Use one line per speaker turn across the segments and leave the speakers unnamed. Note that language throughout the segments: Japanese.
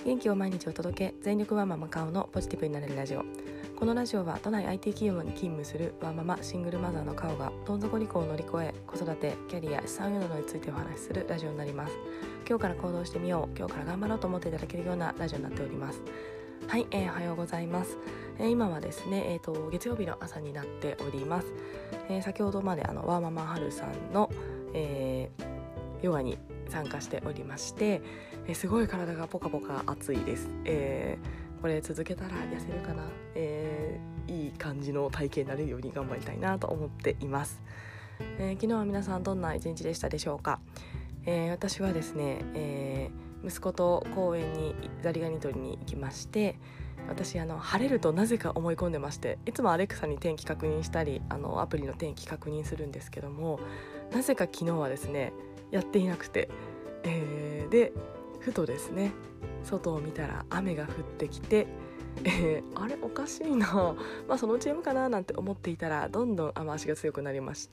元気を毎日お届け、全力ワンママカオのポジティブになれるラジオ。このラジオは都内 IT 企業に勤務するワンママシングルマザーのカオがどん底離婚を乗り越え、子育て、キャリア、資産運用などについてお話しするラジオになります。今日から行動してみよう、今日から頑張ろうと思っていただけるようなラジオになっております。はい、おはようございます。今はですね、月曜日の朝になっております。先ほどまでワーママハルさんの、ヨガに参加しておりまして、すごい体がポカポカ熱いです。これ続けたら痩せるかな、いい感じの体型になれるように頑張りたいなと思っています。昨日は皆さんどんな一日でしたでしょうか。私はですね、息子と公園にザリガニ取りに行きまして、私晴れるとなぜか思い込んでまして、いつもアレクサに天気確認したりアプリの天気確認するんですけども、なぜか昨日はですねやっていなくて、でふとですね外を見たら雨が降ってきて、あれおかしいな、そのうちやむかななんて思っていたら、どんどん雨足が強くなりまして、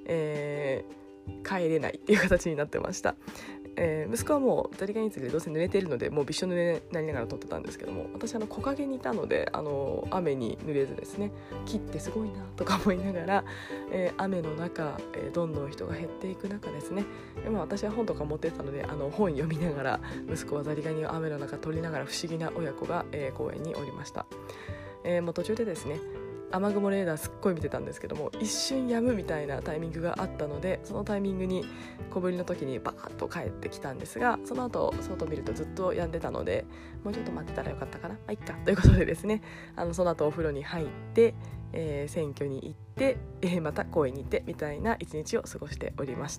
帰れないっていう形になってました。息子はもうザリガニ釣りでどうせ濡れているので、もうびしょ濡れになりながら撮ってたんですけども、私木陰にいたので雨に濡れずですね、木ってすごいなとか思いながら、雨の中、どんどん人が減っていく中ですね、私は本とか持ってたので本読みながら、息子はザリガニを雨の中撮りながら、不思議な親子が、公園におりました。もう途中でですね雨雲レーダーすっごい見てたんですけども、一瞬止むみたいなタイミングがあったので、そのタイミングに小降りの時にバーッと帰ってきたんですが、その後外見るとずっと止んでたので、もうちょっと待ってたらよかったかな、いっかということでですね、その後お風呂に入って、選挙に行って、また公園に行ってみたいな一日を過ごしておりました。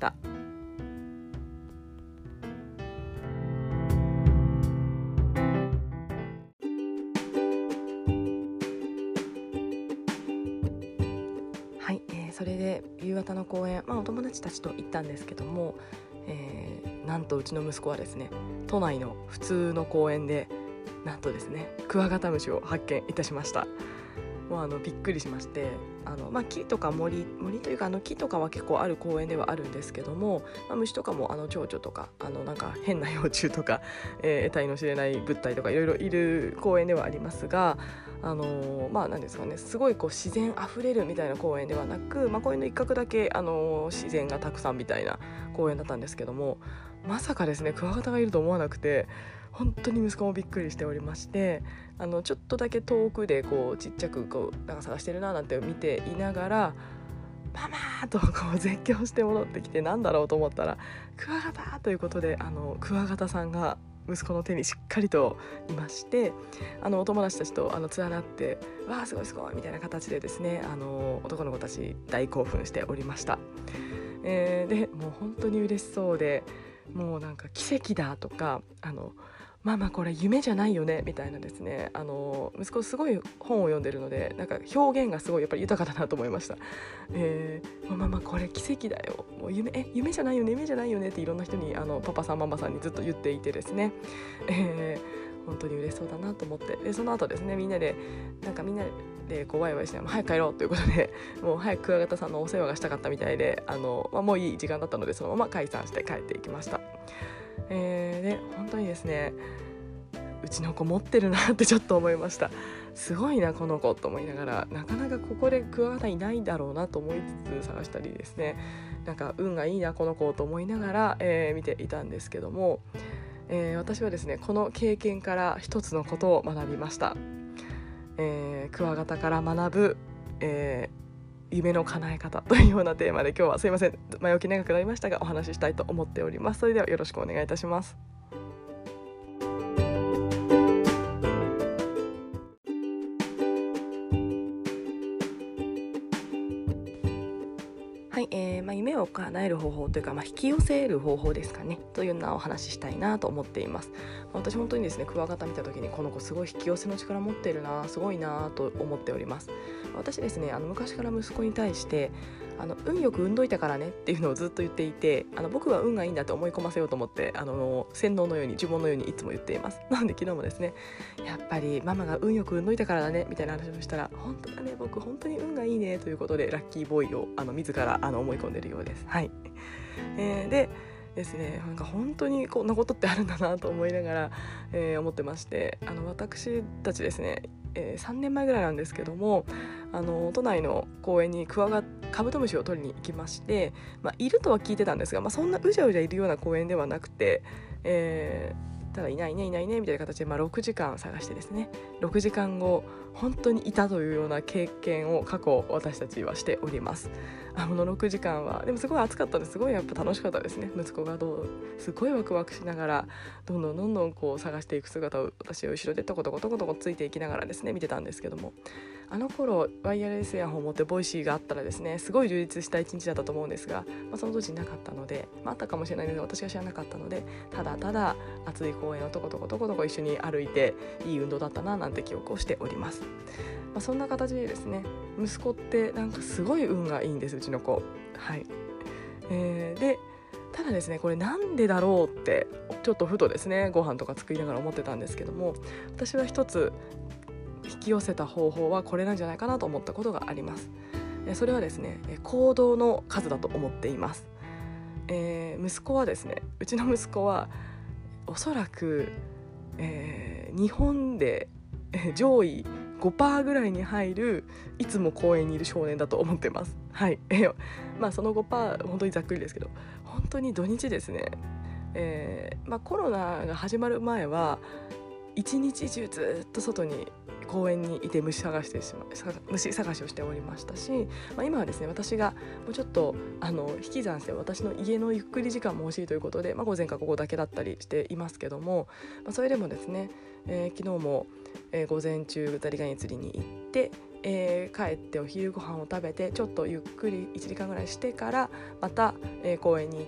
それで夕方の公園、お友達たちと行ったんですけども、なんとうちの息子はですね、都内の普通の公園でなんとですねクワガタムシを発見いたしました。もうびっくりしまして、木とか森というか木とかは結構ある公園ではあるんですけども、虫とかも蝶々とかなんか変な幼虫とか、得体の知れない物体とかいろいろいる公園ではありますが、なんですかね、すごい自然あふれるみたいな公園ではなく、公園の一角だけ自然がたくさんみたいな公園だったんですけども、まさかですねクワガタがいると思わなくて、本当に息子もびっくりしておりまして、ちょっとだけ遠くでちっちゃくなんか探してるななんて見ていながら、ママーと絶叫して戻ってきて、なんだろうと思ったらクワガタということで、クワガタさんが息子の手にしっかりといまして、お友達たちと連なって、わーすごいすごいみたいな形でですね、男の子たち大興奮しておりました。でもう本当に嬉しそうで、もうなんか奇跡だとか、ママこれ夢じゃないよねみたいなですね、息子すごい本を読んでるので、なんか表現がすごいやっぱり豊かだなと思いました。もうママこれ奇跡だよ、もう夢じゃないよね、夢じゃないよねっていろんな人にパパさんママさんにずっと言っていてですね、本当に嬉しそうだなと思って、でその後ですねみんなでワイワイして、早く帰ろうということで、もう早くクワガタさんのお世話がしたかったみたいで、もういい時間だったので、そのまま解散して帰っていきました。で本当にですね、うちの子持ってるなってちょっと思いました。すごいなこの子と思いながら、なかなかここでクワガタいないだろうなと思いつつ探したりですね、なんか運がいいなこの子と思いながら、見ていたんですけども、私はですねこの経験から一つのことを学びました。クワガタから学ぶ、夢の叶え方というようなテーマで、今日はすいません前置き長くなりましたがお話ししたいと思っております。それではよろしくお願いいたします。はい、夢を叶える方法というか、引き寄せる方法ですかね、というようなお話ししたいなと思っています。私本当にですねクワガタ見た時に、この子すごい引き寄せの力持ってるな、すごいなと思っております。私ですね昔から息子に対して、運よく運どいたからねっていうのをずっと言っていて、僕は運がいいんだと思い込ませようと思って、洗脳のように呪文のようにいつも言っています。なので昨日もですね、やっぱりママが運よく運どいたからだねみたいな話をしたら、本当だね僕本当に運がいいねということで、ラッキーボーイを自ら思い込んでいるようです。はい。でですね、なんか本当にこんなことってあるんだなと思いながら、思ってまして、私たちですね、3年前ぐらいなんですけども、都内の公園にカブトムシを取りに行きまして、いるとは聞いてたんですが、そんなうじゃうじゃいるような公園ではなくて、ただいないねいないねみたいな形で、6時間探してですね、6時間後本当にいたというような経験を過去私たちはしております。6時間はでもすごい暑かったんですごいやっぱ楽しかったですね。息子がすごいワクワクしながらどんどんこう探していく姿を私は後ろでトコトコついていきながらですね見てたんですけども、あの頃ワイヤレスイヤホンを持ってボイシーがあったらですねすごい充実した一日だったと思うんですが、その当時なかったので、あったかもしれないので私が知らなかったので、ただただ暑い公園をトコトコ一緒に歩いていい運動だったななんて記憶をしております。そんな形でですね、息子ってなんかすごい運がいいんです、うちの子。はい、でただですね、これなんでだろうってちょっとふとですねご飯とか作りながら思ってたんですけども、私は一つ引き寄せた方法はこれなんじゃないかなと思ったことがあります。それはですね、行動の数だと思っています。息子はですね、うちの息子はおそらく、日本で上位5% ぐらいに入るいつも公園にいる少年だと思ってます。はい、その 5% 本当にざっくりですけど、本当に土日ですね、コロナが始まる前は一日中ずっと外に公園にいて虫探しをしておりましたし、今はですね、私がもうちょっと引き算して私の家のゆっくり時間も欲しいということで、午前か午後だけだったりしていますけども、それでもですね、昨日も、午前中ザリガニ釣りに行って、帰ってお昼ご飯を食べてちょっとゆっくり1時間ぐらいしてからまた、公園に行って、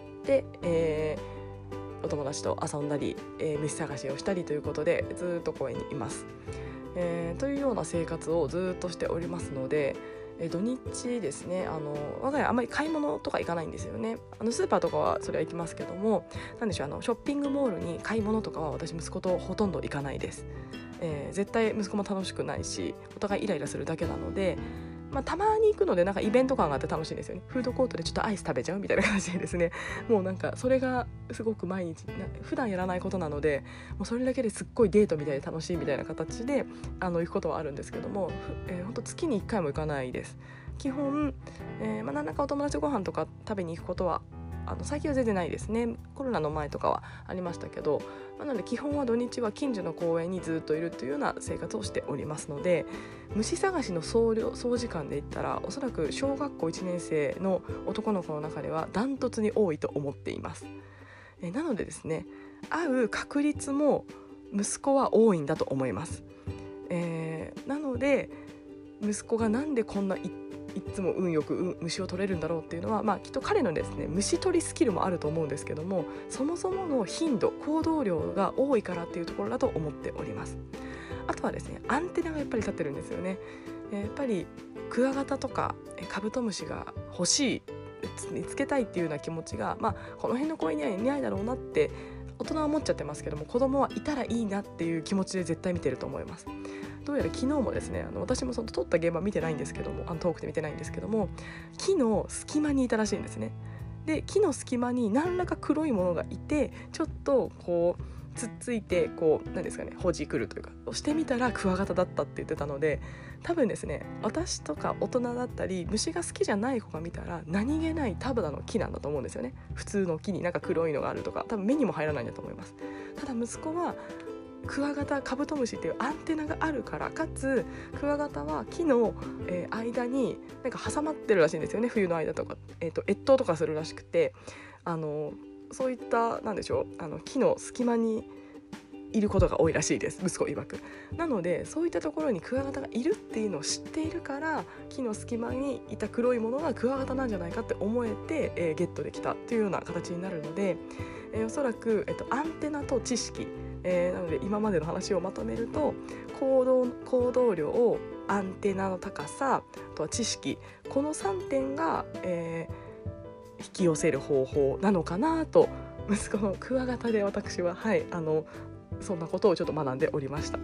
お友達と遊んだり、虫探しをしたりということでずっと公園にいます。というような生活をずっとしておりますので、土日ですね、我が家あんまり買い物とか行かないんですよね。スーパーとかはそれは行きますけども、なんでしょう、ショッピングモールに買い物とかは私息子とほとんど行かないです。絶対息子も楽しくないし、お互いイライラするだけなので、たまに行くのでなんかイベント感があって楽しいんですよね。フードコートでちょっとアイス食べちゃうみたいな感じでですね、もうなんかそれがすごく毎日普段やらないことなので、もうそれだけですっごいデートみたいで楽しいみたいな形で行くことはあるんですけども、本当月に1回も行かないです。基本、何らかお友達とご飯とか食べに行くことは最近は全然ないですね。コロナの前とかはありましたけど、なので基本は土日は近所の公園にずっといるというような生活をしておりますので、虫探しの総時間で言ったらおそらく小学校1年生の男の子の中ではダントツに多いと思っています。なのでですね、会う確率も息子は多いんだと思います。なので息子がなんでこんないつも運よく虫を取れるんだろうっていうのは、きっと彼のですね虫取りスキルもあると思うんですけども、そもそもの頻度行動量が多いからっていうところだと思っております。あとはですね、アンテナがやっぱり立ってるんですよね。やっぱりクワガタとかカブトムシが欲しい、見つけたいっていうような気持ちが、この辺の公園にはいないだろうなって大人は思っちゃってますけども、子供はいたらいいなっていう気持ちで絶対見てると思います。どうやら昨日もですね、私もその撮った現場見てないんですけども、遠くで見てないんですけども、木の隙間にいたらしいんですね。で、木の隙間に何らか黒いものがいて、ちょっとこうつっついて何ですかね、ほじくるというか押してみたらクワガタだったって言ってたので、多分ですね、私とか大人だったり虫が好きじゃない子が見たら何気ないタブラの木なんだと思うんですよね。普通の木になんか黒いのがあるとか多分目にも入らないんだと思います。ただ息子はクワガタ、カブトムシっていうアンテナがあるから、かつクワガタは木の、間になんか挟まってるらしいんですよね。冬の間とか、越冬とかするらしくて、そういったなんでしょう、木の隙間にいることが多いらしいです、息子曰く。なのでそういったところにクワガタがいるっていうのを知っているから、木の隙間にいた黒いものがクワガタなんじゃないかって思えて、ゲットできたっていうような形になるので、おそらく、アンテナと知識、なので今までの話をまとめると、行動量、アンテナの高さ、あとは知識、この3点が、引き寄せる方法なのかなと、息子のクワガタで私はそんなことをちょっと学んでおりました。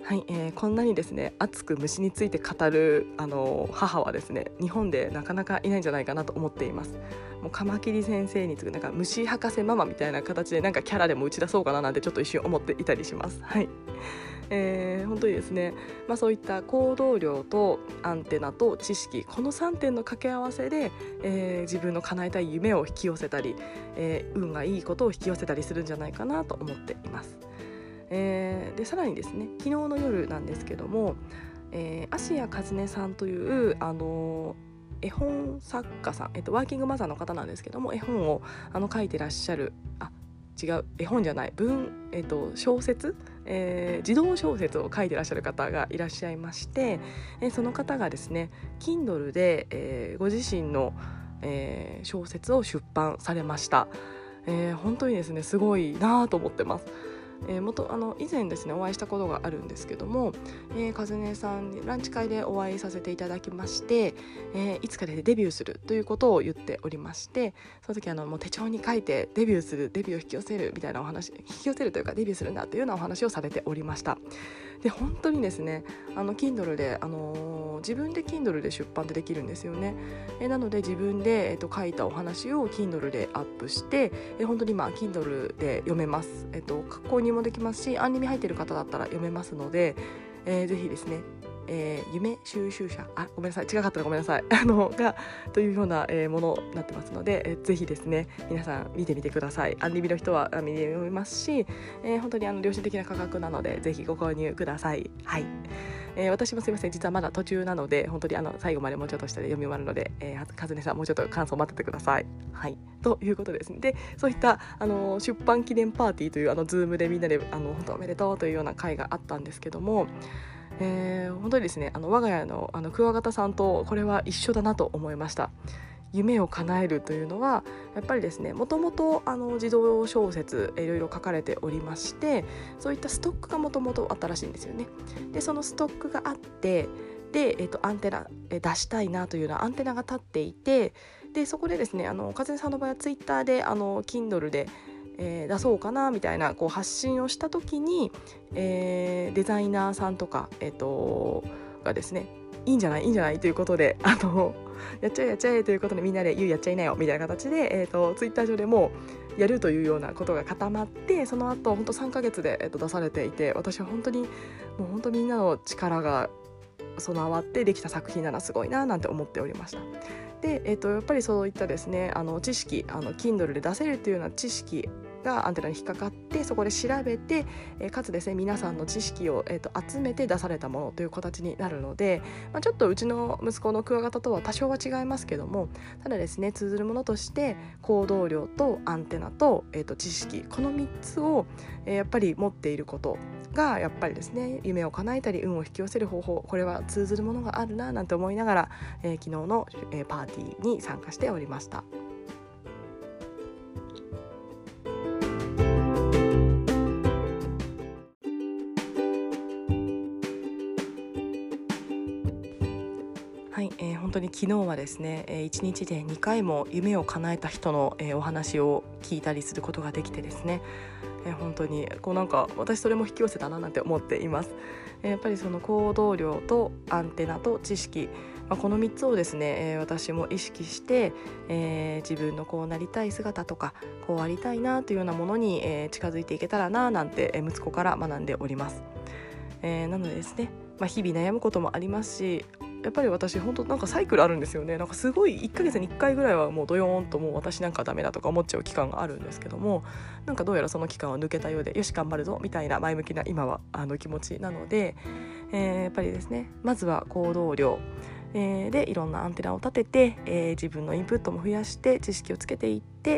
はい、こんなにですね熱く虫について語る母はですね日本でなかなかいないんじゃないかなと思っています。もうカマキリ先生に次ぐなんか虫博士ママみたいな形でなんかキャラでも打ち出そうかななんてちょっと一瞬思っていたりします。はい、本当にですね、そういった行動量とアンテナと知識、この3点の掛け合わせで、自分の叶えたい夢を引き寄せたり、運がいいことを引き寄せたりするんじゃないかなと思っています。でさらにですね昨日の夜なんですけども、芦谷和音さんという絵本作家さん、ワーキングマザーの方なんですけども、絵本を書いてらっしゃる違う絵本じゃない小説、児童小説を書いてらっしゃる方がいらっしゃいまして、その方がですね Kindle で、ご自身の、小説を出版されました。本当にですねすごいなと思ってます。以前ですねお会いしたことがあるんですけども、和音さんにランチ会でお会いさせていただきまして、いつかでデビューするということを言っておりまして、その時もう手帳に書いてデビューを引き寄せるみたいなお話、引き寄せるというかデビューするんだというようなお話をされておりました。で本当にですねKindle で、自分で Kindle で出版ってできるんですよね。なので自分で、書いたお話を Kindle でアップして、本当にKindle で読めます。購入もできますし、アンリミ入っている方だったら読めますので、ぜひですね、夢収集者ごめんなさい違かったらごめんなさいがというような、ものになってますので、ぜひですね皆さん見てみてください。アンリミの人は見て読めますし、本当に良心的な価格なのでぜひご購入ください。はい、私もすいません実はまだ途中なので本当に最後までもうちょっとしたら読み終わるので、和音さんもうちょっと感想待っててください。はい、ということですね。でそういった出版記念パーティーというズームでみんなで本当おめでとうというような会があったんですけども、本当にですね我が家のクワガタさんとこれは一緒だなと思いました。夢を叶えるというのはやっぱりですねもともと児童小説いろいろ書かれておりまして、そういったストックがもともとあったらしいんですよね。でそのストックがあってで、アンテナ出したいなというようなアンテナが立っていて、でそこでですね和音さんの場合はツイッターでKindle で出そうかなみたいな発信をした時に、デザイナーさんとか、がですねいいんじゃないということでやっちゃえということでみんなでやっちゃいなよみたいな形で、ツイッター上でもやるというようなことが固まって、その後本当3ヶ月で、出されていて、私は本当にもう本当みんなの力が備わってできた作品ならすごいななんて思っておりました。で、やっぱりそういったですね知識Kindle で出せるというような知識がアンテナに引っかかって、そこで調べて、かつですね皆さんの知識を、集めて出されたものという形になるので、ちょっとうちの息子のクワガタとは多少は違いますけども、ただですね通ずるものとして行動量とアンテナと、知識、この3つを、やっぱり持っていることがやっぱりですね夢を叶えたり運を引き寄せる方法、これは通ずるものがあるななんて思いながら、昨日の、パーティーに参加しておりました。はい、本当に昨日はですね、1日で2回も夢を叶えた人の、お話を聞いたりすることができてですね、本当になんか私それも引き寄せたななんて思っています。やっぱりその行動量とアンテナと知識、この3つをですね、私も意識して、自分のこうなりたい姿とかこうありたいなというようなものに、近づいていけたらななんて、息子から学んでおります。なのでですね、日々悩むこともありますし、やっぱり私本当なんかサイクルあるんですよね。なんかすごい1ヶ月に1回ぐらいはもうドヨーンともう私なんかダメだとか思っちゃう期間があるんですけども、なんかどうやらその期間は抜けたようで、よし頑張るぞみたいな前向きな今は気持ちなので、やっぱりですねまずは行動量、でいろんなアンテナを立てて、自分のインプットも増やして知識をつけていって、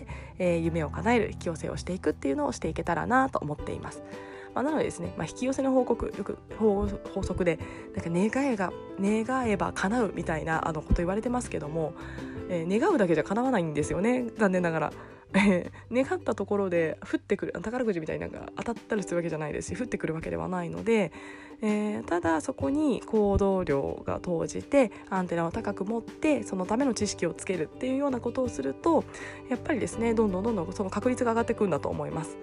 夢を叶える引き寄せをしていくっていうのをしていけたらなと思っています。なのでですね、引き寄せの法則でなんか願えば叶うみたいなこと言われてますけども、願うだけじゃ叶わないんですよね、残念ながら。願ったところで降ってくる宝くじみたいなのが当たったりするわけじゃないですし、降ってくるわけではないので、ただそこに行動量が投じてアンテナを高く持ってそのための知識をつけるっていうようなことをすると、やっぱりですねどんどんその確率が上がってくるんだと思います。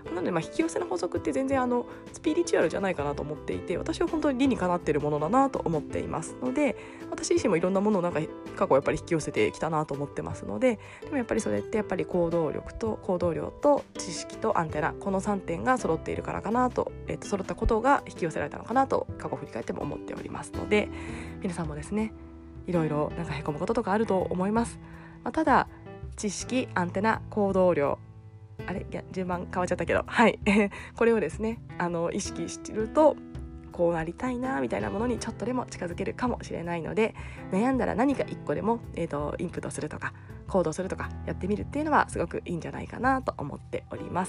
なので引き寄せの法則って全然スピリチュアルじゃないかなと思っていて、私は本当に理にかなっているものだなと思っていますので、私自身もいろんなものを過去やっぱり引き寄せてきたなと思ってますので、でもやっぱりそれってやっぱり行動量と知識とアンテナ、この3点が揃っているからかなと、揃ったことが引き寄せられたのかなと過去振り返っても思っておりますので、皆さんもですねいろいろへこむこととかあると思います。ただ知識、アンテナ、行動量、順番変わっちゃったけど、これをですね意識してるとこうなりたいなみたいなものにちょっとでも近づけるかもしれないので、悩んだら何か1個でも、インプットするとか行動するとかやってみるっていうのはすごくいいんじゃないかなと思っております。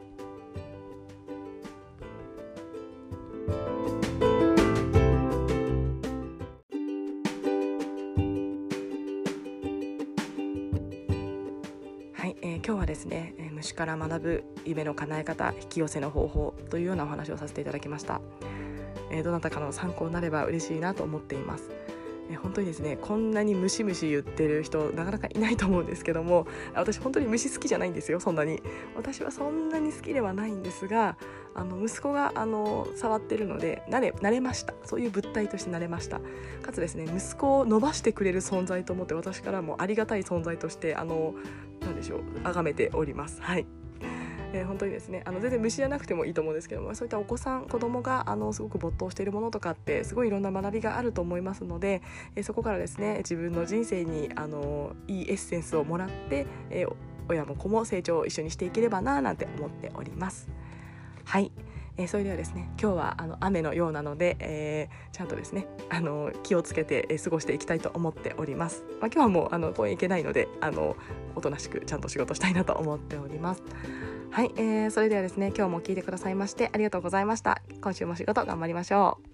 今日はですね、虫から学ぶ夢の叶え方、引き寄せの方法というようなお話をさせていただきました。どなたかの参考になれば嬉しいなと思っています。本当にですね、こんなにムシムシ言ってる人なかなかいないと思うんですけども、私本当に虫好きじゃないんですよ。そんなに私はそんなに好きではないんですが、息子が触ってるので慣れました。そういう物体として慣れました。かつですね、息子を伸ばしてくれる存在と思って、私からもありがたい存在としてなんでしょう、崇めております。本当にですね全然虫じゃなくてもいいと思うんですけども、そういったお子さん、子供がすごく没頭しているものとかってすごいいろんな学びがあると思いますので、そこからですね自分の人生にいいエッセンスをもらって、親も子も成長を一緒にしていければななんて思っております。それではですね、今日は雨のようなので、ちゃんとですね気をつけて過ごしていきたいと思っております。今日はもう公園行けないのでおとなしくちゃんと仕事したいなと思っております。それではですね、今日も聞いてくださいましてありがとうございました。今週も仕事頑張りましょう。